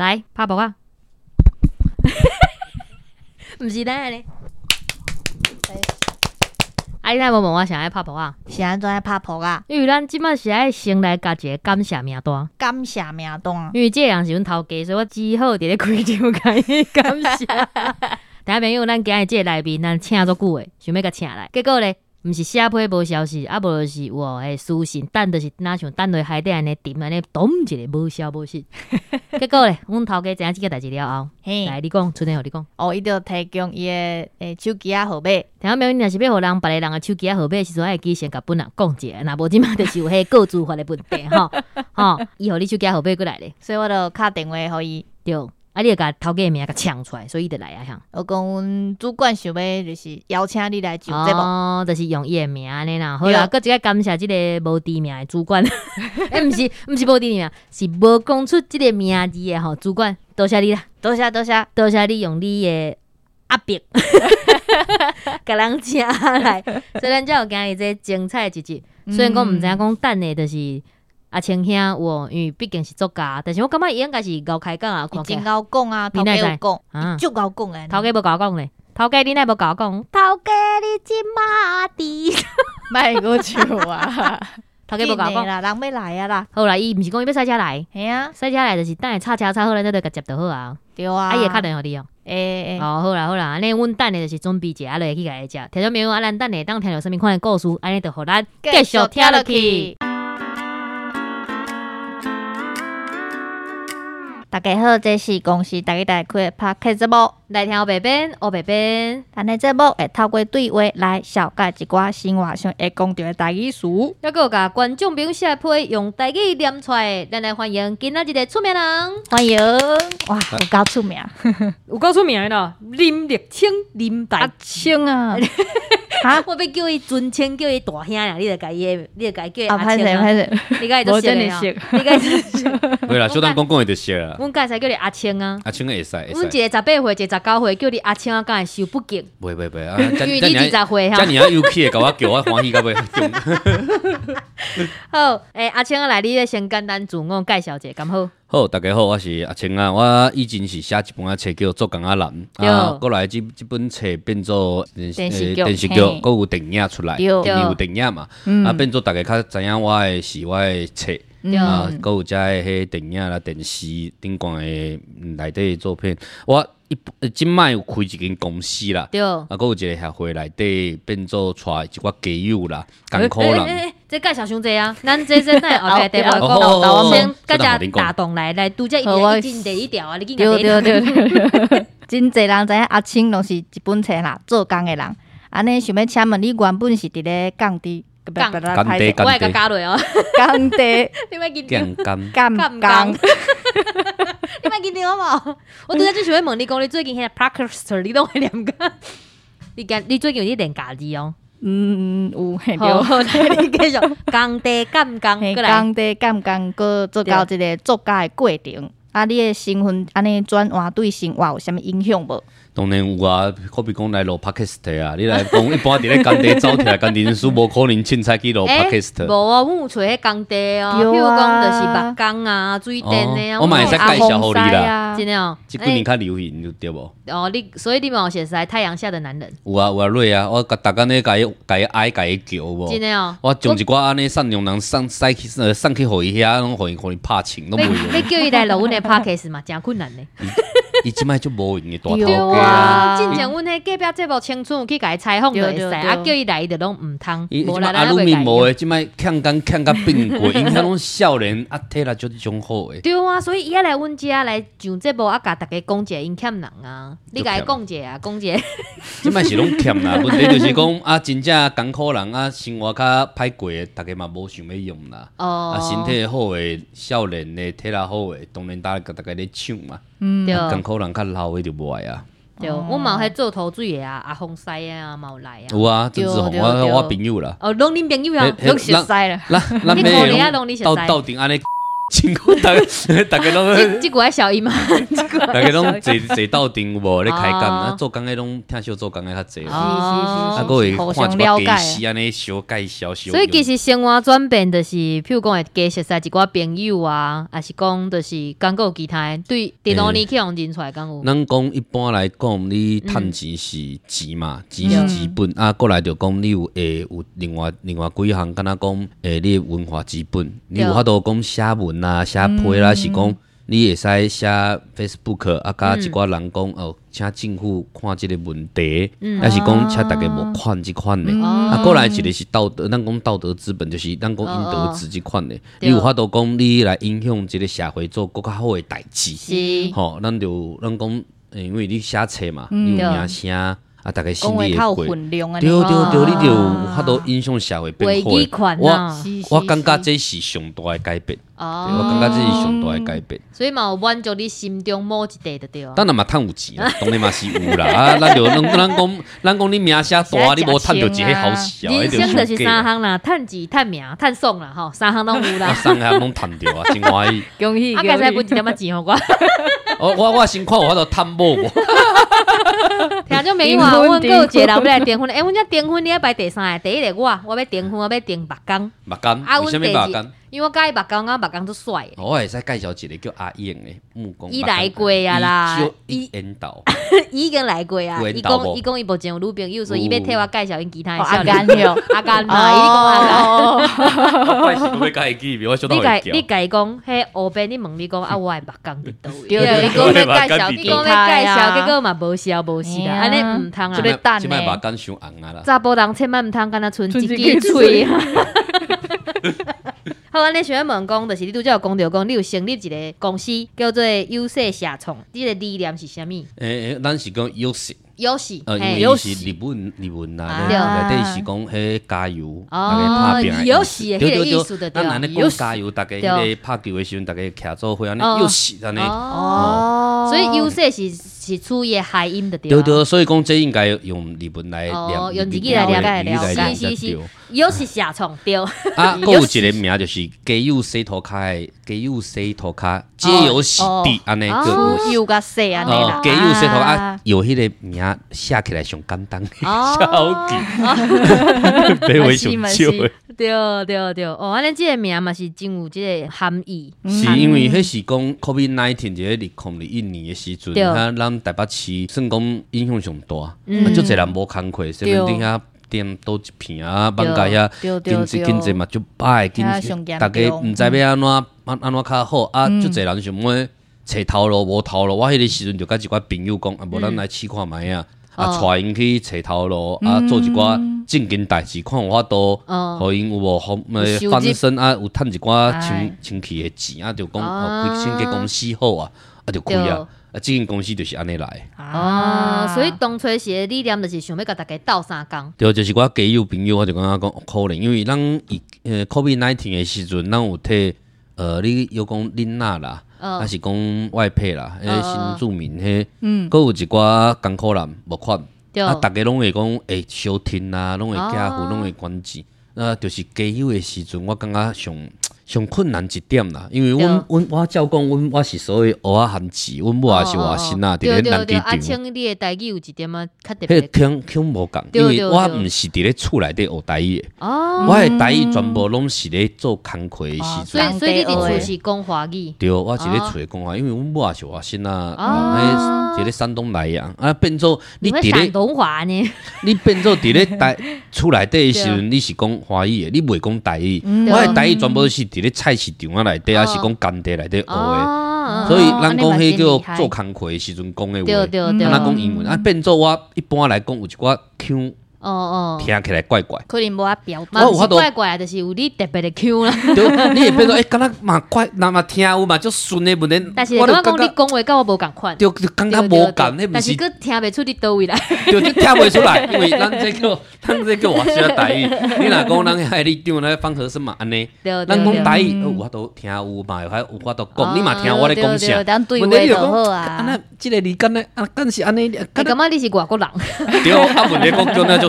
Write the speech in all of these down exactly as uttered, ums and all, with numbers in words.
来拍爆啊！不是咱安尼。啊，你哪无问我想爱拍爆啊？ 是安怎爱拍破啊？ 因为咱即摆是爱先来甲一个感谢名单。 感谢名单。 因为这个人是阮头家，所以我只好伫咧开场甲伊感谢。大家朋友，咱今日这个来宾，咱请足久诶，想要甲请来，结果咧，毋是写批无消息，啊无就是有诶私信，等就是若像等落海底安尼沉安尼，咚一个无消无息。结果咧，阮头家知影即个代志了后，来你讲，出年互你讲。 哦，伊就提供伊诶诶手机啊号码。 听到没有？你若是要互人别个人诶手机啊号码时阵，爱记先甲本人讲者，若无即马就是有迄个个资法诶问题吼吼。伊互你手机啊号码过来咧， 所以我就敲电话互伊。 对。啊！你就甲头家名甲抢出来，所以伊就来啊！吓， 我讲阮主管想要就是邀请你来上节目， 哦，就是用伊的名安尼啦。好啦，搁一个感谢即个无知名的主管，诶，毋是毋是无知名，是无讲出即个名字的吼。主管，多谢你啦， 多谢多谢多谢你用你的压迫，甲人请来，所以咱才有今日这精彩一集。虽然讲毋知影讲等的，就是阿青兄有，因为毕竟是作家，但是我感觉伊应该是高开讲啊， 伊真高讲啊，头家有讲，啊，足高讲诶。 头家无甲我讲咧，头家你奈无甲我讲，头家你即马滴， 莫个笑啊！ 头家无甲我讲啦，人要来啊啦。 好啦，伊毋是讲伊要赛车来， 系啊， 赛车来就是等下插车插好咱再来甲接就好啊。 对啊， 啊伊会敲电话互你哦。 诶诶， 哦好啦好啦，安尼阮等下就是准备者，啊落去甲伊食。听到没有？啊咱等下当听到啥物款的故事，安尼就互咱继续听落去。 大家好，这是公司大家来开的 Podcast 节目， 来听白边，黑白边。 咱的节目会透过对话来小解一寡生活上会讲到的台语词， 还有甲观众朋友写批用台语念出来。咱来欢迎今仔日的出名人， 欢迎！哇，有够出名， 有够出名的咯，林立清，林大阿清啊！ 哈，我要叫伊尊称，叫伊大兄啦，你著甲伊，你著甲伊叫阿阿清啊。你甲伊做熟的啊？你甲伊做熟。 对啦，小等讲讲会就熟啦。 阮刚才叫你阿清啊。 阿清会使，会使。 阮一个十八岁，一个十九岁，叫你阿清啊，敢会受不敬？ 袂袂袂啊！ 因为你二十岁哈。 遮尔啊有气的，甲我叫我欢喜到尾。 好，诶，阿清啊，来，你先简单自我介绍一下，敢好？ 好，大家好，我是阿清啊。我以前是写一本啊册叫《做工仔人》，啊，过来即即本册变做电视剧， 电视剧，佮有电影出来，有有电影嘛，啊，变做大家较知影我的是我的册。啊，佮有遮个迄电影啦、电视顶悬的内底作品，我一即摆有开一间公司啦，啊，佮有一个协会内底变做带一寡家友啦、艰苦人。 这介绍伤济啊，咱这这那后壁地方讲，先甲只打动来来拄只一进第一条啊，你紧甲对对对，真侪人知影阿青拢是一本册啦，做工的人，安尼想要请问你原本是伫咧工地。 干地干地，我会甲加落哦。 干地， 你莫紧张。干干干， 你莫紧张好无？我拄则就想要问你讲，你最近迄个 Parker 你拢会念个？你今你最近有咧练家己哦？ 嗯，有嘿对。 好，来你继续。干地干干，过来。 干地干干，搁做到一个作家的过程。啊，你的身份安尼转换对生活有啥物影响无？ 当然有啊，可比讲来录 podcast 啊，你来讲一般伫咧工地走起来，工人书无可能凊彩去录 podcast。 无啊，阮有找迄工地哦，譬如讲就是木工啊、水电的啊， 我嘛会使介绍互你啦， 真的哦。 即几年较流行就对无？ 哦，你所以你嘛有写在太阳下的男人。 有啊有啊，瑞啊，我逐工咧甲伊甲伊爱甲伊叫无？ 真的哦。 我将一寡安尼善良人送送去呃送去互伊遐，拢互伊互伊拍情拢袂用。 你叫伊来录阮的 podcast 嘛，真困难呢。 伊即摆就无用的大头家啊！之前阮迄隔壁节目青春有去甲伊采访就会使，啊叫伊来伊就拢毋通。 无来阿鲁面无诶，即摆欠工欠甲变过，因遐拢少年啊，体力就即种好诶。 对啊，所以伊爱来阮遮来上节目啊，甲大家讲者因欠人啊，你甲伊讲者啊，讲者。 即摆是拢欠啦，问题就是讲啊，真正艰苦人啊，生活较歹过诶，大家嘛无想要用啦。哦。啊，身体好诶，少年诶，体力好诶，当然大家大家咧抢嘛。嗯，对。艰苦人较老诶就无爱啊。 对，我嘛有迄做投水诶啊，阿峰师啊，嘛有来啊。 有啊，郑志宏，我我朋友啦。 哦，拢恁朋友啊，拢熟悉啦。 咱咱要到到顶安尼辛苦大家大家拢， 这句系小姨嘛， 大家拢坐坐斗阵有无咧开讲啊？做工诶拢听小做工诶较济， 啊， 啊，佫会看一寡家事安尼小介绍小。 所以其实生活转变就是，譬如讲会加熟识一寡朋友啊，还是讲就是讲有其他对第二年去用人出来讲有。 咱讲一般来讲，你趁钱是钱嘛，钱是基本啊，过来就讲你有诶有另外另外几项，敢若讲诶你文化基本，你有法度讲写文啊、写批啦，是讲。你会使写 Facebook 啊，甲一寡人讲哦，请政府看即个问题，还是讲请大家无款即款的。啊，过来一个是道德，咱讲道德资本，就是咱讲应得之即款的。你有法度讲你来影响即个社会做更较好的代志，吼，咱就咱讲，因为你写册嘛，你有名声。啊，大家心里会过，对对对，你就有法度影响社会变好。我我感觉这是上大的改变，我感觉这是上大的改变。 所以嘛，有满足你心中某一块就对了。 当然嘛，趁有钱啦，当然嘛是有啦。啊，咱就咱咱讲，咱讲你名声大，你无趁到一个好事啊。 人生就是三项啦，趁钱、趁名、趁爽啦，吼，三项拢有啦。 三项拢趁着啊，真欢喜。 恭喜！ 啊，刚才分一点仔钱互我。 我我我先看有法度趁某无。 听种没话，阮有一个人要来订婚，诶，阮遮订婚你要排第三个，第一个我，我要订婚，我要订目光。 目光？啊，为什么目光？ 因为我介意目光，我目光都帅。 我会使介绍一个叫阿燕的木工。 伊来过啊啦， 伊引导。 伊已经来过啊，伊讲伊讲伊目前有女朋友，所以伊要替我介绍因其他的阿甘哟， 阿甘嘛，伊讲阿甘。 怪是要介记名，我晓得会叫。 你你介讲，迄后边你问你讲啊，我的目光伫倒位？ 对，你讲要介绍， 你讲要介绍，结果嘛无效无事啦，安尼毋通啊。 即摆即摆目光伤红啊啦。 查甫人千万毋通敢若剩一支喙。好，安尼想要问讲，就是你拄则有讲到讲，你有成立一个公司叫做优势社创，你个理念是啥物？ 诶诶，咱是讲优势。 优势， 呃，因为是日文日文啦，内底是讲迄加油，大家拍拼。 优势，对对对， 咱安尼讲加油，大家迄个拍球的时阵，大家徛做伙安尼优势安尼。哦， 所以优势是是处于谐音的对。 对对，所以讲这应该用日文来念，用自己来了解，是是是，优势社创对。啊， 还有一个名就是加油洗头卡的，加油洗头卡，加油洗地安尼个。 油甲洗安尼啦。 加油洗头啊，有迄个名。写起来上简单，小记，别为上少的。 对对对，哦，安尼即个名嘛是真有即个含义。 是因为迄是讲 COVID 十九 一个二零二一年的时阵，咱咱台北市算讲影响上大，啊，足侪人无工课，身边顶遐店倒一片啊，放假遐经济经济嘛就歹，经济大家毋知要安怎安安怎较好啊，足侪人想要。找头路无头路，我迄个时阵就甲一寡朋友讲，啊，无咱来试看觅啊，啊，带因去找头路，啊，做一寡正经代志，看有法度，互因有无方诶翻身啊，有趁一寡清清气诶钱啊，就讲哦，开先个公司好啊，啊，就开啊，啊，这间公司就是安尼来。 哦，所以当初时诶理念就是想要甲大家斗相共。 对，就是我加友朋友，我就感觉讲可能，因为咱伊呃 COVID 十九 诶时阵，咱有替呃，你有讲囡仔啦。还是讲外配啦，迄新住民迄，佫有一寡艰苦人无款，啊，逐家拢会讲会小听啊，拢会加付，拢会关机，那就是加油的时阵，我感觉上上困难一点啦，因为阮阮我照讲，阮我是所谓蚵仔含钱，阮母也是外省啊，伫咧南机场。 啊，请你的台语有一点啊，较特别。迄听听无共，因为我毋是伫咧厝内底学台语的，我的台语全部拢是咧做工课的时阵。 所以所以你伫厝是讲华语。 对，我是咧厝讲华语，因为阮母也是外省啊，迄一个山东来啊，啊变做你伫咧山东话呢？ 你变做伫咧台厝内底的时阵，你是讲华语的，你袂讲台语。我的台语全部是伫咧菜市场啊内底，还是讲工地内底学的，所以咱讲迄叫做工课的时阵讲的话，咱讲英文啊，变做我一般来讲有一寡腔。哦哦，听起来怪怪， 可能无法表达。我怪怪就是有你特别的 Q 啦。 对，你会变做诶，敢若嘛怪，那嘛听有嘛就顺的，不能。 但是我讲你讲话跟我无共款。 对，感觉无共，迄但是佫听袂出你倒位来。 对，就听袂出来，因为咱这个，咱这个话说台语，你若讲咱海里长咧放和声嘛安尼，咱讲台语，有法度听有嘛，还有法度讲，你嘛听我咧讲啥。 问题就好啊。 啊，那即个你敢若啊，敢是安尼？ 你感觉你是外国人？ 对，啊，问题讲讲那就。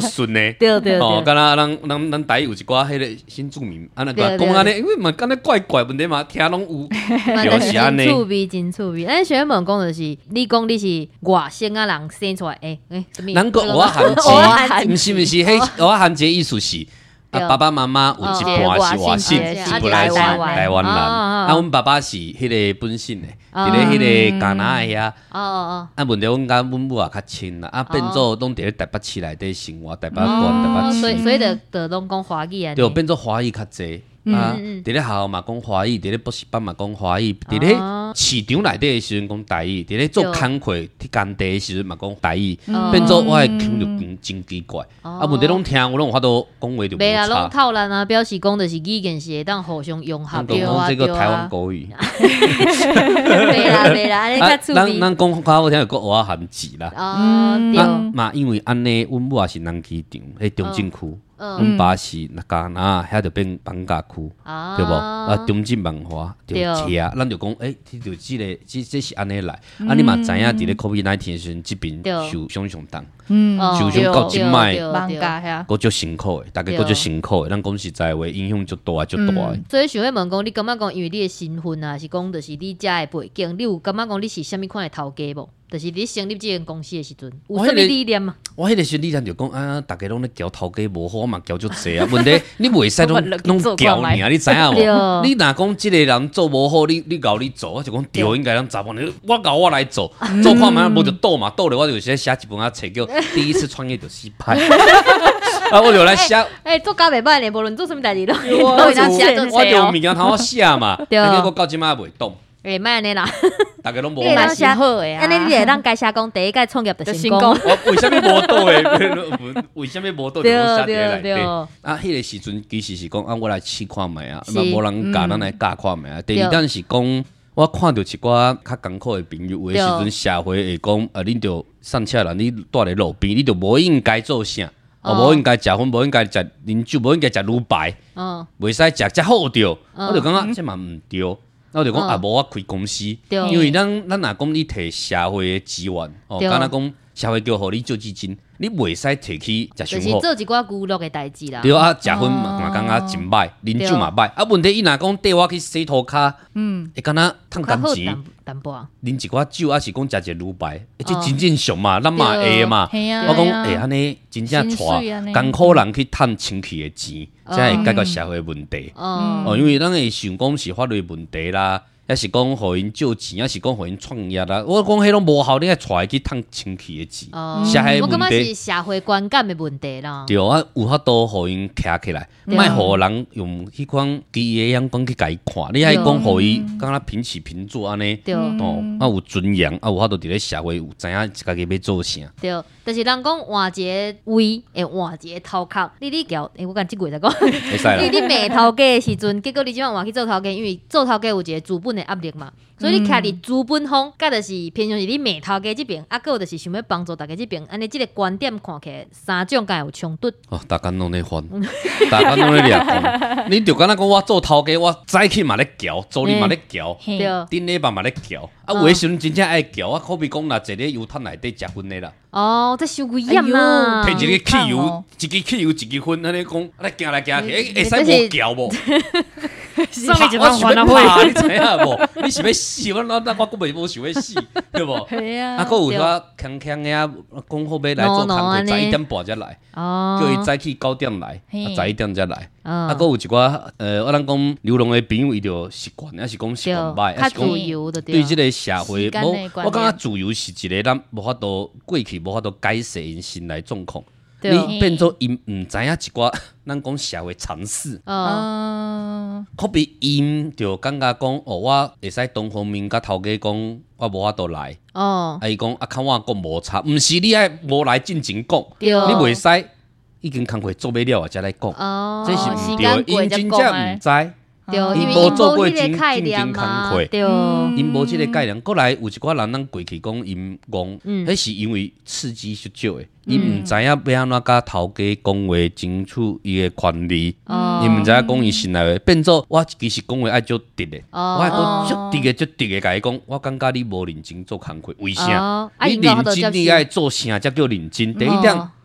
顺呢。 对对哦，敢若咱咱咱台有一寡迄个新住民，安尼讲讲安尼，因为嘛敢若怪怪问题嘛，听拢有，就是安尼。 真趣味，真趣味。咱学问讲就是，你讲你是外省啊人生出来，诶诶，什么？ 咱个蚵仔含节，毋是毋是，迄蚵仔含节意思是。啊，爸爸妈妈有一半是外省，一半是台湾人。啊，阮爸爸是迄个本省的，伫咧迄个加拿遐。哦哦。啊，问题阮甲阮母也较亲啦，啊，变做拢伫咧台北市内底生活，台北县、台北市。 所以所以就就拢讲华语啊。 对，变做华语较济。啊，伫咧学校嘛讲华语，伫咧补习班嘛讲华语，伫咧市场内底的时阵讲台语，伫咧做工课、伫工地的时阵嘛讲台语，变做我的腔就真奇怪。啊，问题拢听，我拢有法度讲话就无差。 袂啊，拢套咱啊，表示讲就是语言是会当互相融合对啊。这个台湾国语。 袂啦袂啦，你较趣味。 咱咱讲较好听就讲蚵仔含字啦。哦，对。嘛，因为安尼，阮母也是南机场，迄中正区。阮爸是那加拿，遐就变放假区，对无？啊，中正文化就车，咱就讲，诶，这就即个，这这是安尼来。啊，你嘛知影，伫咧 COVID 十九 的时阵，即边受伤上重，嗯，受伤到即摆， 放假遐， 佫足辛苦的，大家佫足辛苦的。咱讲实在话，影响足大，足大的。 所以想要问讲，你感觉讲，因为你的身份啊，是讲，就是你遮的背景，你有感觉讲你是虾米款的头家无？就是你成立这间公司的时阵，有啥物理念嘛？ 我迄个时理念就讲啊，大家拢咧交头家无好，我嘛交足济啊。问题你袂使拢拢交尔，你知影无？你若讲即个人做无好，你你搞你做，我就讲对，应该咱查某人，我搞我来做，做看嘛，无就倒嘛，倒了我就写写一本啊册叫第一次创业就失败。啊，我就来写。 诶，做甲袂歹呢，无论做啥物代志都都会当写做册哦。我就物件通我写嘛，结果到即摆袂动。 诶，莫安尼啦， 大家拢无嘛是好诶啊！安尼你会当家写讲第一届创业就成功。 我为虾米无倒诶？为虾米无倒？就我写伫内底。啊，迄个时阵其实是讲啊，我来试看觅啊，嘛无人教咱来教看觅啊。第二点是讲，我看到一寡较艰苦诶朋友，有诶时阵社会会讲啊，恁着上车啦，你住咧路边，你着无应该做啥，哦，无应该食薰，无应该食啉酒，无应该食乳白，哦，袂使食遮好着，我就感觉这嘛毋对。我就讲啊，无我开公司，因为咱咱若讲你摕社会的资源，哦，敢若讲社会叫互你做基金，你袂使摕去食伤好， 就是做一寡娱乐的代志啦。 对啊，食薰嘛感觉真歹，啉酒嘛歹。啊，问题伊若讲缀我去洗涂骹，嗯，会敢若趁金钱，啉一寡酒，还是讲食一乳白，这真正俗嘛，咱嘛会嘛。我讲诶，安尼真正带艰苦人去趁清气的钱。才会解决社会问题哦，因为咱会想讲是法律问题啦，还是讲互因借钱，还是讲互因创业啦。我讲迄拢无效，你还带去趁清气的钱。哦，社会问题，我感觉是社会观感的问题啦。 对啊，有法度互因徛起来，莫互人用迄款低的眼光去甲伊看。你还讲互伊，敢若平起平坐安尼，哦，啊有尊严，啊有法度伫咧社会有知影家己要做啥。 对，就是人讲换一个位，会换一个头壳。你你交，诶，我讲即句在讲。 会使啦。 你你骂头家的时阵，结果你即摆换去做头家，因为做头家有一个资本的压力嘛，所以你徛伫资本方，甲就是偏向是你骂头家即边，啊，个就是想要帮助大家即边，安尼即个观点看起来三种敢有冲突。 哦，大家拢咧烦，大家拢咧掠讲，你就敢若讲我做头家，我早起嘛咧交，周日嘛咧交，顶礼拜嘛咧交，啊，有诶时阵真正爱交，啊，可比讲啦，坐咧油桶内底食薰的啦。 哦，这伤危险啦！ 摕一个汽油，一支汽油，一支薰，安尼讲，来行来行去，会会使无交无？ 上面一我想要拍，你知影无？你是要死，我那那我根本无想要死，对无？ 系啊。 啊，佫有遐强强的啊，讲好要来做工课，十一点半才来，叫伊早起九点来，啊，十一点才来。啊，佫有一寡呃，我咱讲流浪的朋友，伊就习惯，还是讲习惯歹，还是讲对即个社会，无我感觉自由是一个咱无法度过去，无法度改善因心内状况。你变做因毋知影一寡，咱讲社会常识。哦。可比因就感觉讲，哦，我会使当方面甲头家讲，我无法度来。哦。啊，伊讲啊，看我讲无差，毋是你爱无来进前讲，你袂使已经工课做尾了才来讲。哦。这是毋对，因真正毋知。 对，因为无做过真真正工课， 对， 因无即个概念。过来有一寡人，咱过去讲因戆，迄是因为刺激足少诶，伊毋知影要安怎甲头家讲话，争取伊诶权利，伊毋知影讲伊心内话，变做我其实讲话爱足直诶，我爱讲足直诶，足直诶，甲伊讲，我感觉你无认真做工课，为啥？你认真你爱做啥才叫认真？第一点。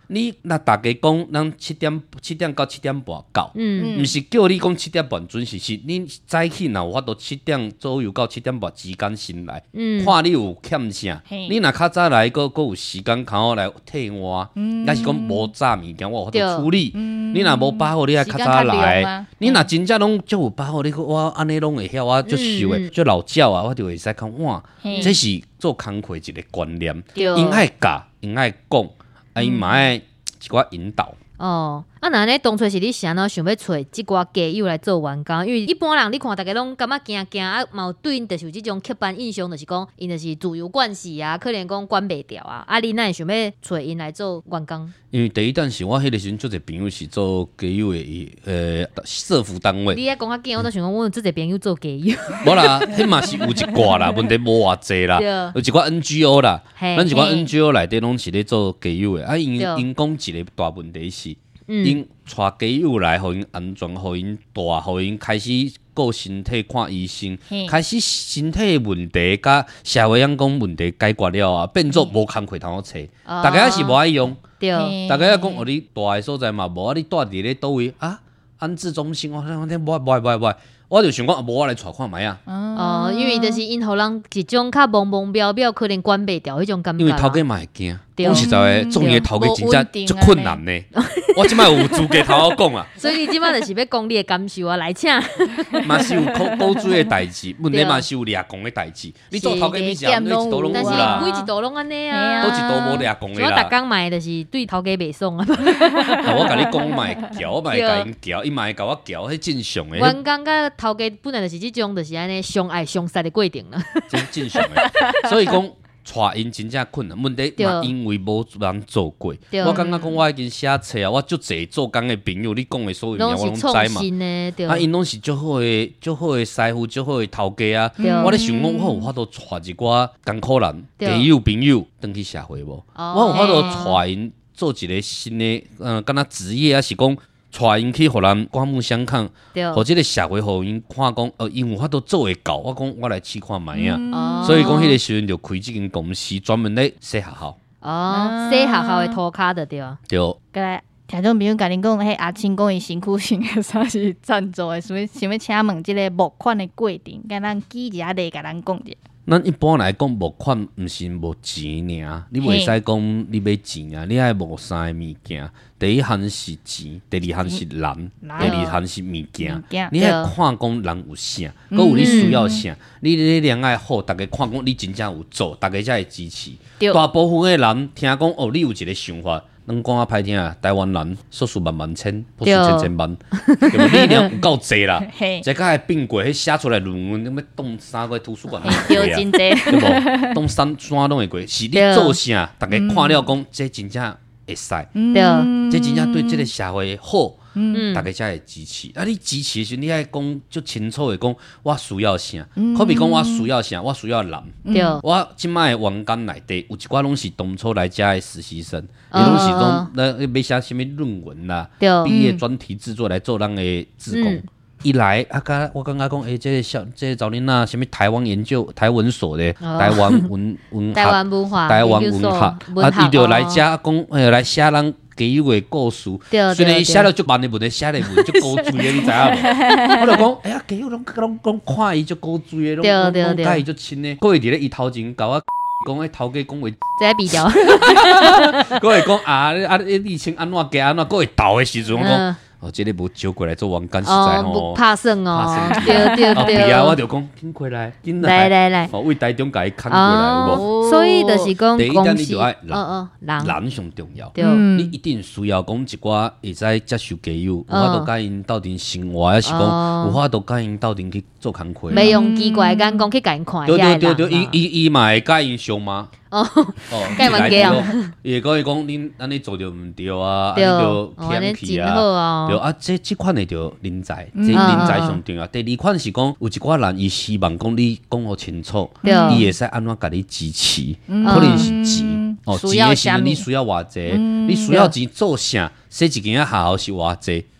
你若大家讲，咱七点七点到七点半到，嗯，毋是叫你讲七点半准时，是你早起若有法度七点左右到七点半之间醒来，嗯，看你有欠啥，你若较早来，佫佫有时间较好来替我，还是讲无炸物件，我有法度处理。你若无把握，你还较早来，你若真正拢足有把握，你我安尼拢会晓，我足熟诶，足老鸟啊，我就会使讲哇，这是做工课一个观念，因爱教，因爱讲。啊，伊嘛爱一寡引导。 哦，啊，那呢，当初是你想喏想要找即寡家友来做员工，因为一般人你看大家拢感觉惊惊啊，嘛有对因就是有即种刻板印象，就是讲因就是自由惯势啊，可能讲管袂掉啊。啊，你哪会想要找因来做员工？ 因为第一段是我迄个时阵，足侪朋友是做家友的，呃，社福单位。 你爱讲较紧，我都想讲，我有足侪朋友做家友。 无啦，迄嘛是有一寡啦，问题无偌济啦，有一寡 N G O 啦，咱一寡 N G O 内底拢是咧做家友的。啊，因因讲一个大问题是。因带家友来，互因安全，互因大，互因开始顾身体看医生，开始身体问题甲社会养讲问题解决了啊，变做无工课通好找，哦、大家也是无爱用，大家也讲哦，你大个所在嘛，无啊，你住伫咧倒位啊？安置中心，我我我无无无无，我就想讲，无我来带看卖啊。 哦，因为就是因互人一种较懵懵标标，可能管袂掉迄种感觉。 因为头家嘛会惊，讲实在诶，做伊头家真正足困难呢。我即摆有资格头好讲啊。 所以你即摆就是要讲你诶感受啊，来请。 嘛是有考考水诶代志，问题嘛是有掠工诶代志。你做头家面上，你一道拢有啦。 每一道拢安尼啊。 都一道无掠工诶啦。 我逐工嘛就是对头家袂爽啊。 我甲你讲，我嘛会撬，我嘛会甲因撬，伊嘛会甲我撬，迄正常诶。 员工甲头家本来就是即种，就是安尼相爱相杀诶过程啦。 真正常诶，所以讲。带因真正困难，问题嘛因为无人做过。我感觉讲我已经写册啊，我足侪做工诶朋友，你讲诶所有嘢我拢知嘛。啊，因拢是足好诶、足好诶师傅、足好诶头家啊。我咧想讲，我有法度带一寡艰苦人、家友朋友转去社会无？我有法度带因做一个新诶，嗯，敢若职业啊，是讲。带因去，互人刮目相看，互即个社会，互因看讲，呃，因有法度做会到，我讲我来试看觅啊。嗯、所以讲，迄个时阵就开即间公司，专门咧洗学校。 哦，洗学校的涂骹的对啊。 对。 过来，听众朋友甲恁讲，迄阿青讲伊辛苦性诶，啥是赞助诶，所以想要请问即个募款诶过程，甲咱记一下例，甲咱讲者。 咱一般来讲，募款毋是无钱尔，你袂使讲你要钱啊，你爱募三个物件。第一项是钱，第二项是人，第二项是物件。你爱看讲人有啥，佮有你需要啥，你你两爱好，大家看讲你真正有做，大家才会支持。大部分诶人听讲哦，你有一个想法。咱讲啊歹听啊，台湾人数数万万千，不是千千万，对无？力量有够济啦，再加会变过，迄写出来论文，你要动三个图书馆， 对真济， 对无？动三山拢会过，是你做啥，大家看了讲，这真正会使，对，这真正对这个社会好。嗯，大家才会支持。啊，你支持时，你爱讲就清楚的讲，我需要啥？可比讲我需要啥？我需要人。对，我即摆的员工内底有一寡拢是当初来遮的实习生，伊拢是种那要写什么论文啦，毕业专题制作来做咱的志工。一来啊，甲我感觉讲，诶，这个小，这个找恁那什么台湾研究台文所的台湾文文台湾文化台湾文化啊，伊就来遮讲，诶，来写咱。家友的故事，虽然伊写了足慢的文，的写的文足高水的，你知影无？我就讲，哎呀，家友拢拢拢看伊足高水的，拢拢甲伊足亲的。佫会伫咧伊头前甲我讲，迄头家讲话， 再比较。 佫会讲啊啊，你穿安怎加安怎，佫会斗的时阵，我讲。哦，这个无招过来做员工实在吼， 怕算哦，对对对。 啊，我就讲，紧过来，紧来来来， 哦，为台中甲伊扛过来，有无？ 所以就是讲， 第一点你就爱人， 人人上重要。你一定需要讲一寡会使接受家友，有法度甲因斗阵生活，还是讲有法度甲因斗阵去做工课。 袂用奇怪的眼光去甲因看。 对对对对，伊伊伊嘛会甲因相骂。哦哦，介问家哦，伊会讲伊讲恁安尼做着毋对啊，安尼着欠去啊，对啊，这这款的着人才，这人才上重要。第二款是讲有一寡人伊希望讲你讲好清楚，伊会使安怎甲你支持，可能是钱哦，钱的时阵你需要偌济，你需要钱做啥？洗一间学校是偌济。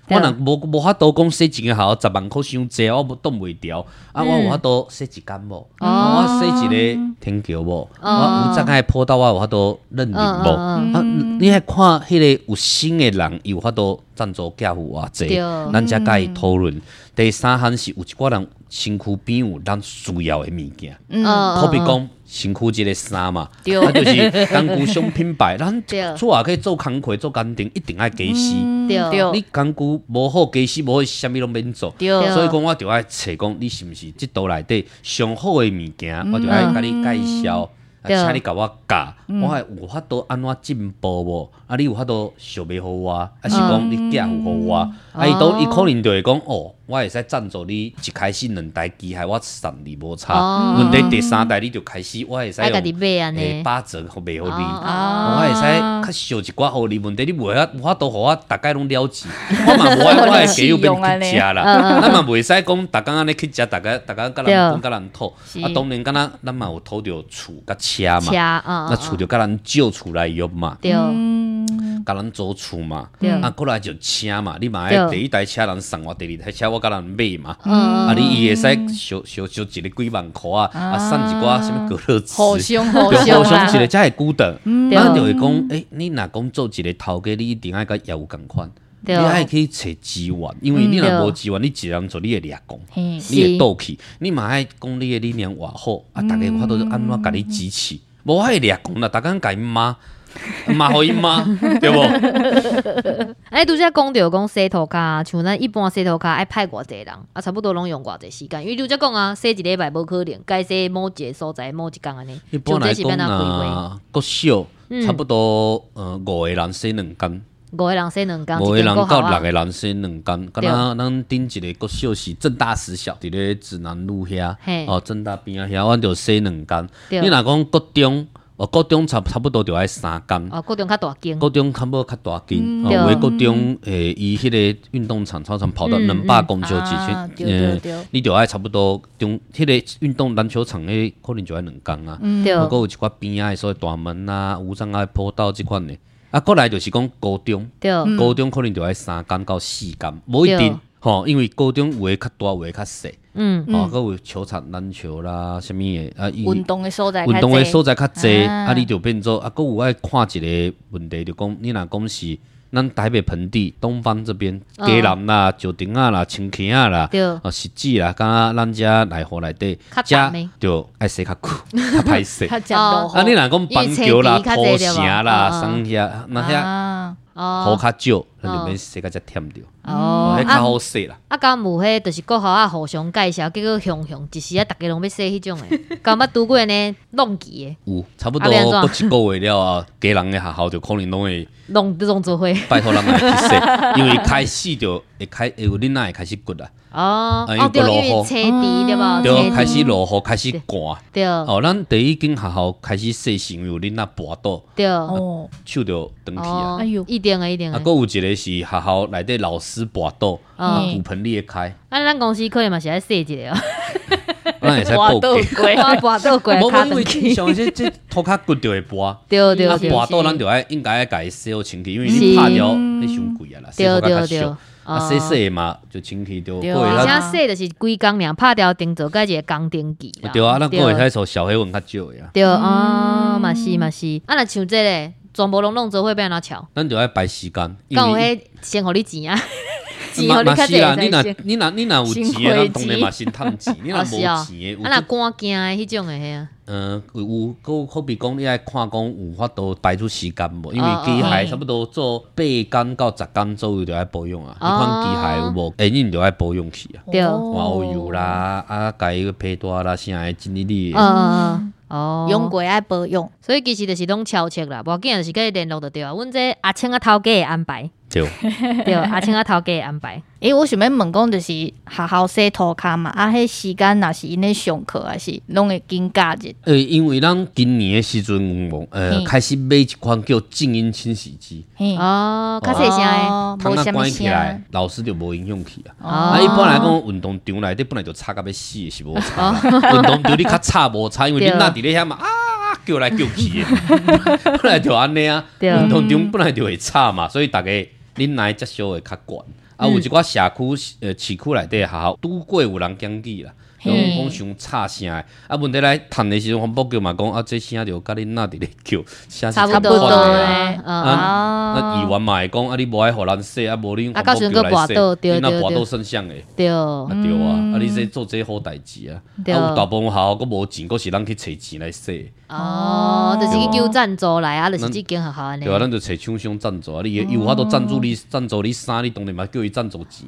我若无无法度讲洗一个好十万块伤济，我挡袂调。啊，我有法度洗一工无？我洗一个天桥无？我有怎个坡道我有法度认领无？啊，你还看迄个有心的人，有法度赞助寄付偌济，咱才甲伊讨论。第三项是有一寡人身躯边有咱需要的物件，好比讲。身躯即个衫嘛，啊，就是工具商品牌，咱厝也可以做工课、做工程，一定爱技师。你工具无好，技师无好，啥物拢免做。所以讲，我就爱找讲，你是毋是即道内底上好的物件，我就爱甲你介绍。请你甲我教，我还有法度安怎进步无？啊，你有法度想卖互我，啊是讲你寄付互我，啊伊都伊可能就会讲哦，我会使赞助你一开始两台机械，我送你无差。问题第三台你就开始，我会使用诶八折卖互你，我会使较小一寡互你。问题你无法无法度互我大概拢了解，我嘛无爱我会加入变去食啦，咱嘛袂使讲逐工安尼去食，逐个逐个甲人分甲人讨。啊，当然敢若咱嘛有讨着厝甲车嘛，那厝就甲咱借厝来用嘛，甲咱租厝嘛，啊，过来就车嘛，你嘛爱第一台车人送我，第二台车我甲人买嘛，啊，你伊会使小小小一个几万箍啊，啊，送一寡什物隔热纸， 互相互相一个才会久的， 咱就会讲，诶，你若讲做一个头家，你一定爱甲业务共款。你爱去找资源，因为你若无资源，你一人做你会掠讲，你会倒去，你嘛爱讲你的理念偌好，啊，大家我都安怎甲你支持，无爱掠讲啦，逐工甲伊骂，骂互伊骂，对无？ 哎，拄则讲着讲洗涂骹，像咱一般洗涂骹爱派偌济人，啊，差不多拢用偌济时间，因为拄则讲啊，洗一礼拜无可能，该洗某一个所在某一工安尼， 一般来讲啊，国小差不多呃五个人洗两工。 五个人洗两工， 五个人到六个人洗两工。敢若咱顶一个国小是正大实小，伫咧指南路遐，哦，正大边啊遐，阮就洗两工。你若讲国中，哦，国中差差不多就爱三工。 哦，国中较大间。 国中较无较大间，哦，有诶国中诶，伊迄个运动场操场跑到两百公尺之前，呃，你就爱差不多中迄个运动篮球场诶，可能就爱两工啊。啊，搁有一寡边仔诶，所谓大门啊、无障碍坡道即款诶。啊，过来就是讲高中，高中可能就爱三工到四工，无一定吼，因为高中有诶较大，有诶较细，嗯，哦，搁有球场篮球啦，啥物诶啊， 运动诶所在， 运动诶所在较济，啊，你就变做啊，搁有爱看一个问题，就讲你若讲是咱台北盆地东方这边，嘉南啦、石碇仔啦、青溪仔啦，哦，实际啦，敢若咱遮内湖内底，遮就爱洗较久，较歹洗。啊，你若讲板桥啦、土城啦、松遐那遐。雨较少，咱就免洗甲遮忝着。哦，迄较好洗啦。 啊，敢有迄，就是国校啊，互相介绍，结果雄雄一时啊，逐家拢要洗迄种诶。敢捌拄过安尼弄期诶？ 有，差不多过一个月了啊，家人诶学校就可能拢会弄弄做伙。 拜托人来去洗，因为开始就会开，会有囡仔会开始骨啊。 哦，哦对，因为车地对无？ 对，开始落雨，开始寒。 对。 哦，咱第一间学校开始洗是因为有囡仔跋倒。 对。 哦。手就断去啊。 哎呦，一定诶，一定诶。 啊，搁有一个是学校内底老师跋倒，骨盆裂开。 啊，咱公司可能嘛是爱洗一个哦。 咱会使报价。 跋倒过， 无因为正常这这涂骹骨就会跋。 对对。啊， 跋倒咱就爱应该爱甲伊洗好清气，因为你拍掉迄伤贵啊啦，洗好较俗。啊，洗洗嘛，就清气就。 对，而且洗就是几工尔，拍掉钉做，甲一个工钉机啦。 对啊，咱个会使做小黑纹较少个啊。 对哦，嘛是嘛是。啊，若像这个全部拢弄做伙变安怎巧？ 咱就爱排时间。 敢有迄先互你钱啊？ 钱互你较济啦，你若你若你若有钱的，咱当然嘛先趁钱。你若无钱的， 啊，若赶惊的迄种的迄啊。 嗯，有，有，好比讲，你爱看讲有法度排出时间无？因为机械差不多做八工到十工左右就爱保养啊。你看机械有无？下年就爱保养去啊。 对。 换油油啦，啊，改个配带啦，啥个真哩哩。 嗯哦。 用过爱保养， 所以其实就是拢超切啦，无要紧就是甲伊联络就对啊。阮这阿青啊头家会安排。 对。 对，阿青啊头家会安排。 诶，我想要问讲，就是学校洗涂骹嘛，啊，迄时间若是因咧上课，还是拢会紧假日？ 诶，因为咱今年诶时阵，呃，开始买一款叫静音清洗机。 哦，较细声诶， 窗仔关起来，老师就无影响去啊。啊，一般来讲，运动场内底本来就吵甲要死诶，是无吵。运动场你较吵无吵，因为恁仔伫咧遐嘛啊叫来叫去诶，本来就安尼啊。运动场本来就会吵嘛，所以大家恁来接受会较悬。 啊，有一寡社区呃市区内底学校拄过有人检举啦。讲讲伤吵声的，啊问题来谈的时候，环保局嘛讲啊，这声就甲恁那伫咧叫，声是差不多诶， 啊，那议员嘛会讲啊，你无爱互咱说，啊无恁环保局来说，恁那跋倒算啥的？ 对， 啊对啊，啊你说做这好代志啊，啊有大部分学校佫无钱，佫是咱去找钱来说。 哦，就是去求赞助来啊，就是即间学校安尼。 对啊，咱就找厂商赞助啊，你有法度赞助你赞助你衫，你当然嘛叫伊赞助钱。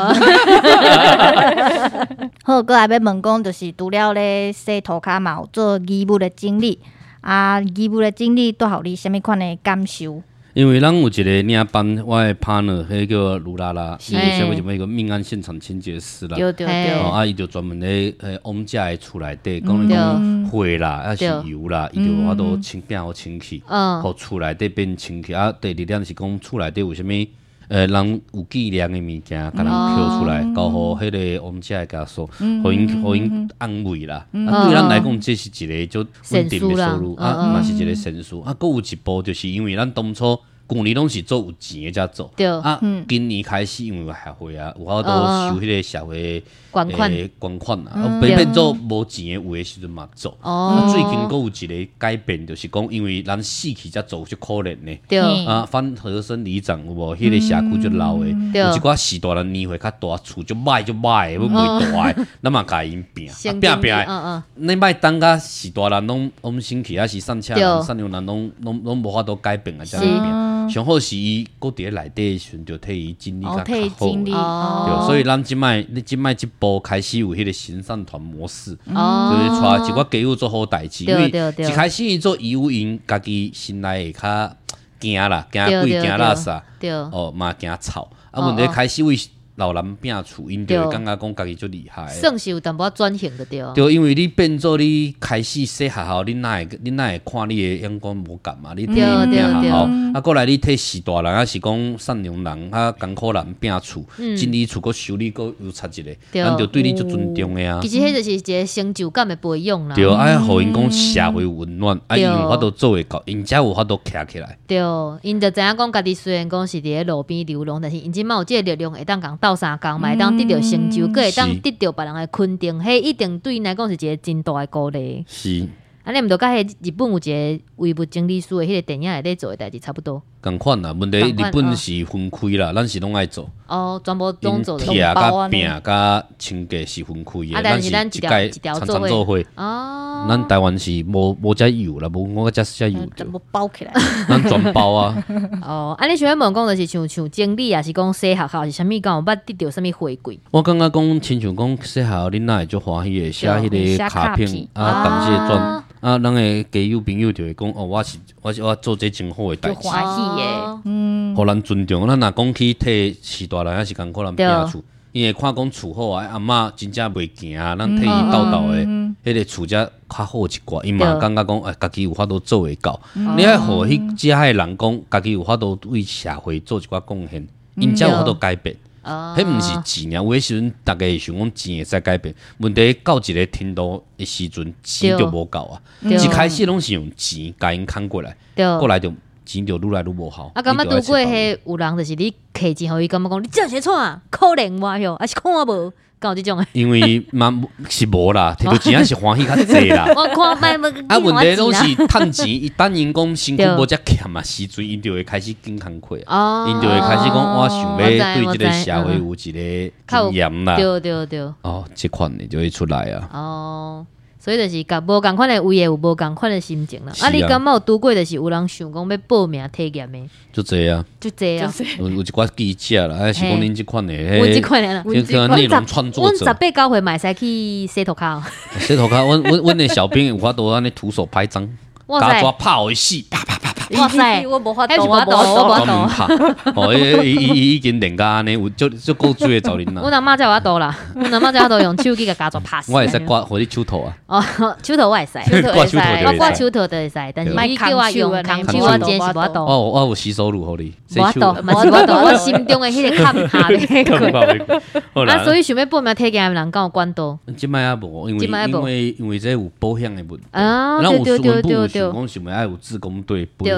好，搁来要问讲，就是除了咧洗涂骹嘛，有做义务的经历啊，义务的经历带互你啥物款的感受？ 因为咱有一个领班，我的 partner，迄叫卢拉拉，伊是啥物什么一个命案现场清洁师啦。 对对对。 哦，啊，伊就专门咧诶，往遮的厝内底，讲你讲灰啦，还是油啦，伊就有法度清变好清气，互厝内底变清气。啊，第二点是讲厝内底有啥物？呃，人有剂量的物件，甲人捡出来，交互迄个我们遮的家属，互因互因安慰啦。啊，对咱来讲，这是一个就稳定的收入，啊，嘛是一个申诉。啊，佫有一步就是因为咱当初旧年拢是做有钱的才做，啊，今年开始因为协会啊，有法度收迄个社会捐款捐款啊，变变做无钱的有的时阵嘛做。啊，最近佫有一个改变，就是讲因为咱死去才做，就可怜呢。啊，反和生里长有无？迄个社区就老的，有一寡时大人年岁较大，厝就歹就歹，要袂大的，咱嘛甲因拼，拼拼的。你莫等甲时大人拢往生去，还是善车人、善良人拢拢拢无法度改变啊，才拼。上好是伊搁伫咧内底的时阵，就替伊经历较较好。对，所以咱即摆你即摆即步开始有迄个行善团模式，就是带一寡家务做好代志。因为一开始伊做义务，因家己心内会较惊啦，惊鬼惊垃圾，哦嘛惊吵。啊，问题开始为老人拼厝，因就会感觉讲家己足厉害。 算是有淡薄转型的对。 对，因为你变做你开始洗学校，你哪会你哪会看你的眼光无共嘛？你替因拼学校，啊，过来你替时大人，还是讲善良人，啊，艰苦人拼厝，整理厝，佮修理，佮又插一个，咱就对你足尊重的啊。 其实迄就是一个成就感的培养啦。 对，爱互因讲社会温暖，啊，因有法度做会到，因才有法度徛起来。 对，因就知影讲家己虽然讲是伫咧路边流浪，但是因即嘛有即个力量会当共斗相共，嘛会当得到成就，佮会当得到别人的肯定，迄一定对因来讲是一个真大的鼓励。 是。 安尼毋着甲迄日本有一个维护整理师的迄个电影内底做的代志差不多。 共款啦，问题日本是分开啦，咱是拢爱做。 哦，全部拢做。 贴甲拼甲清洁是分开的， 咱是一届常常做伙。哦。咱台湾是无无遮油啦，无我遮遮油。 全部包起来。 咱全包啊。 哦，安尼想要问讲，就是像像经理也是讲洗学校是啥物，敢有捌得到啥物回馈？ 我感觉讲，亲像讲洗学校，恁哪会足欢喜的，写迄个卡片啊，感谢状。啊，咱的家友朋友就会讲哦，我是我是我做这真好的代志， 欢喜的， 嗯，互咱尊重。咱若讲去替时大人还是艰苦人拼厝，因为看讲厝好啊，阿嬷真正袂行啊，咱替伊斗斗的，迄个厝才较好一寡。伊嘛感觉讲，哎，家己有法度做会到。你爱互迄遮的人讲，家己有法度为社会做一寡贡献，因才有法度改变。迄毋是钱尔，有诶时阵，逐个会想讲钱会使改变。问题到一个程度诶时阵，钱就无够啊。一开始拢是用钱甲因扛过来，过来就钱就愈来愈无效。 啊，感觉拄过迄有人就是你摕钱互伊，感觉讲你这是创可怜我哟，还是看我无？搞即种诶， 因为嘛是无啦，摕到钱也是欢喜较济啦。 我看卖无。 啊，问题拢是趁钱，伊等因讲辛苦无遮欠啊时阵，因就会开始紧工课啊，因就会开始讲我想要对即个社会有一个经验啦。 对对对。 哦，即款的就会出来啊。 哦。所以就是甲无共款的位，有无共款的心情啦。啊，你感觉有拄过就是有人想讲要报名体验的， 就这啊， 就这啊。 有有一寡记者啦，还是讲恁即款的， 有即款的啦。 这个内容创作者。 阮十八九岁嘛会使去洗涂骹。 洗涂骹，阮阮阮的小编有法度安尼徒手拍张，加抓拍互伊死，啪啪啪啪。 哇塞， 我无法度， 我无我无法度。哦，伊伊伊已经练甲安尼，有足足够水的找恁啦。 阮阿嬷才有法度啦，阮阿嬷才有法度用手去甲加抓拍死。 我会使刮，互你手套啊。 哦，手套我会使， 刮手套就会使， 我刮手套就会使，但是你叫我用空手，我真是无法度。 我我有洗手乳互你， 无法度，嘛是无法度。我心中的迄个坎下咧过。啊，所以想要报名体检的人，敢有管道？ 即摆也无，因为因为因为这有保险的问题。 啊，对对对对对。 讲想要有志工队，本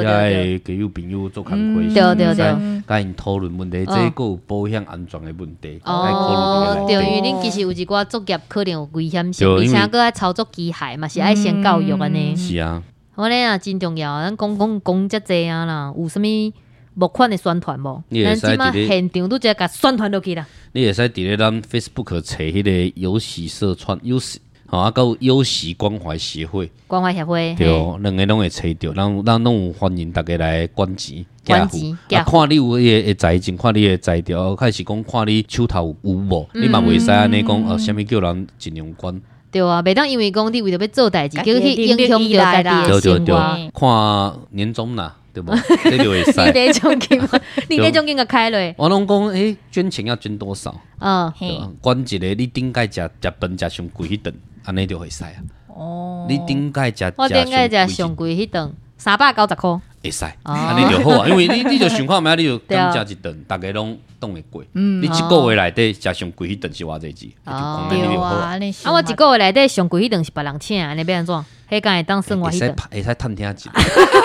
遐个有朋友做工课， 对对对， 甲因讨论问题，这个有保险安全的问题， 哦，对，因为恁其实有一寡作业可能有危险性，而且佫爱操作机械嘛，是爱先教育安尼。 是啊， 好咧啊，真重要，咱讲讲讲遮济啊啦，有啥物募款的宣传无？咱即马现场都直接甲宣传落去啦。 你会使伫咧咱 Facebook 找迄个有喜社团有喜。吼啊，有优喜关怀协会， 关怀协会， 对，两个拢会找着，咱咱拢有欢迎大家来捐钱， 捐钱， 啊，看你有迄个财情，看你的财条，开始讲看你手头有无，你嘛袂使安尼讲，哦，啥物叫人尽量捐。 对啊，袂当因为讲你为着要做代志，叫去影响着家己的生活。 看年终啦，对无？这就会使。 你得奖金吗？你得奖金个开落。 我拢讲，诶，捐钱要捐多少？ 嗯， 对吧？捐一个你顶届食食饭食上贵迄顿。安尼就会使啊！哦，你顶届食我顶届食上贵迄顿三百九十箍， 会使，安尼就好啊！因为你你就想看觅，你就敢食一顿，大家拢挡会过。你一个月内底食上贵迄顿是偌济钱？ 哦， 对啊！啊，我一个月内底上贵迄顿是别人请，安尼要安怎？迄敢会当算我迄顿？ 会使趁听钱。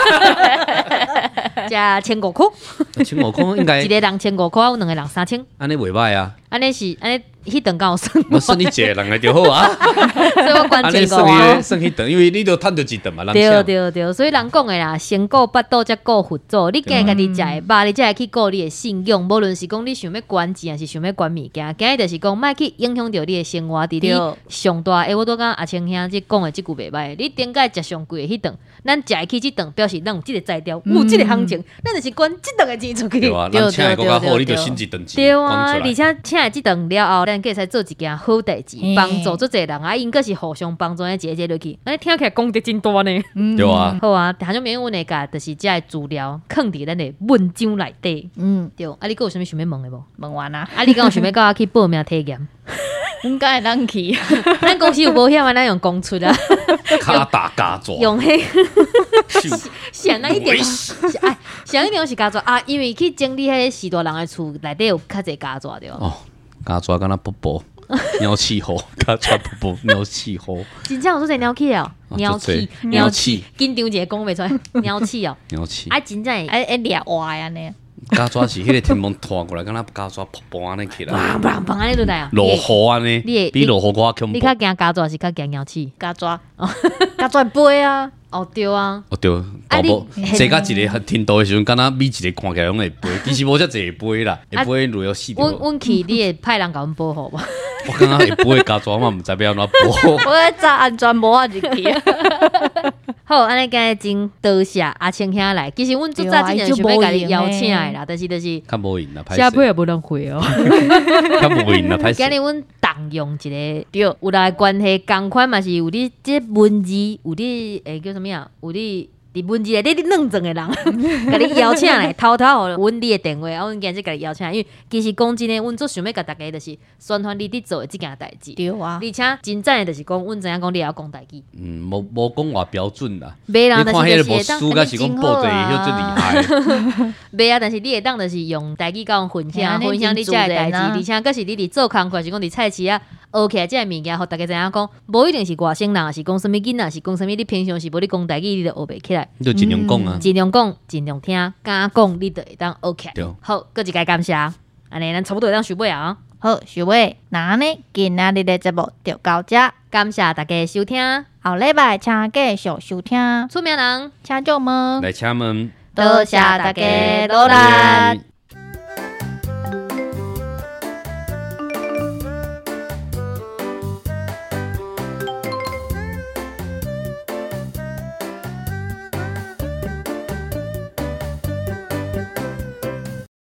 食千五箍， 千五箍应该一个人千五箍，有两个人三千。 安尼袂歹啊！ 安尼是安尼。迄顿敢有算？ 我算你一个人个就好啊。 所以我关千五啊。 算迄顿，因为你都趁着一顿嘛。 对对对，所以人讲的啦，先顾巴肚，才顾佛祖。你今日家己食的饱，你才会去顾你的信用。无论是讲你想要捐钱，还是想要捐物件，今日就是讲，莫去影响到你的生活。伫你上大，诶，我拄甲阿青兄即讲的即句袂歹。你顶届食上贵的迄顿，咱食会起即顿，表示咱有即个才调，有即个行情，咱就是捐即顿的钱出去。 对啊，咱请的更较好，你就新一顿钱。 对啊，而且请的即顿了后，咱计使做一件好代志，帮助足侪人啊！因个是互相帮助的，一个落去，安尼听起来功德真大呢。 对啊， 好啊，下种免阮的家，就是遮的资料放伫咱的文章内底。嗯，对。啊，你佫有啥物想要问的无？ 问完啊。 啊，你敢有想要甲我去报名体验？ 应该会当去。 咱公司有保险啊，咱用公出啊。 卡打加抓。 用迄。想那一点，哎，想一点是加抓啊，因为去整理迄时大人的厝内底有较侪加抓对。 哦。加抓敢若卜卜，鸟气候，加抓卜卜，鸟气候。 真正有做者鸟气哦，鸟气， 鸟气， 紧张一个讲袂出来，鸟气哦， 鸟气。 啊，真正会哎哎掠活安尼。 加抓是迄个天幕拖过来，敢若加抓瀑布安尼起来， 砰砰砰安尼落来啊！ 落雨安尼，比落雨更恐怖。 你较惊加抓是较惊鸟气？ 加抓，加抓飞啊！ 哦对啊， 哦对，大部坐到一个天道的时阵，敢若每一个看起来拢会飞，其实无遮济会飞啦，会飞如要死掉。 阮阮去，你会派人甲阮保护无？ 我感觉会飞加抓，我毋知要安怎保。 我会扎安全帽啊入去。 好，安尼今日真多谢阿青兄来。其实阮做早之前想要甲你邀请的啦，但是就是较无闲啦， 下尾也无人回哦。 较无闲啦，歹势。 今日阮动用一个对有来关系共款嘛是有你这文字，有你诶叫什么啊？有你。伫文字内底认真的人，甲你邀请来，偷偷互阮你的电话，啊，阮今日甲你邀请，因为其实讲真诶，阮做想要甲大家就是宣传你伫做的即件代志。 对啊， 而且真赞的就是讲，阮知影讲你会晓讲台语。 嗯，无无讲话标准啦。 袂啦，但是就是会当，但是讲报的迄最厉害。 袂啊，但是你会当就是用台语甲阮分享，分享你遮的代志，而且佫是你伫做工课，是讲伫菜市啊。学起来即个物件，互大家知影讲，无一定是外省人，是讲什物囡仔，是讲什物。你平常时无你讲台语，你就学袂起来。 你就尽量讲啊， 尽量讲，尽量听，敢讲你就会当学起来。好，搁一个感谢，安尼咱差不多会当收尾啊。 好，收尾，那呢，今仔日的节目就到这， 感谢大家收听， 后礼拜请继续收听。 出名人， 请祝们来请问， 多谢大家努力。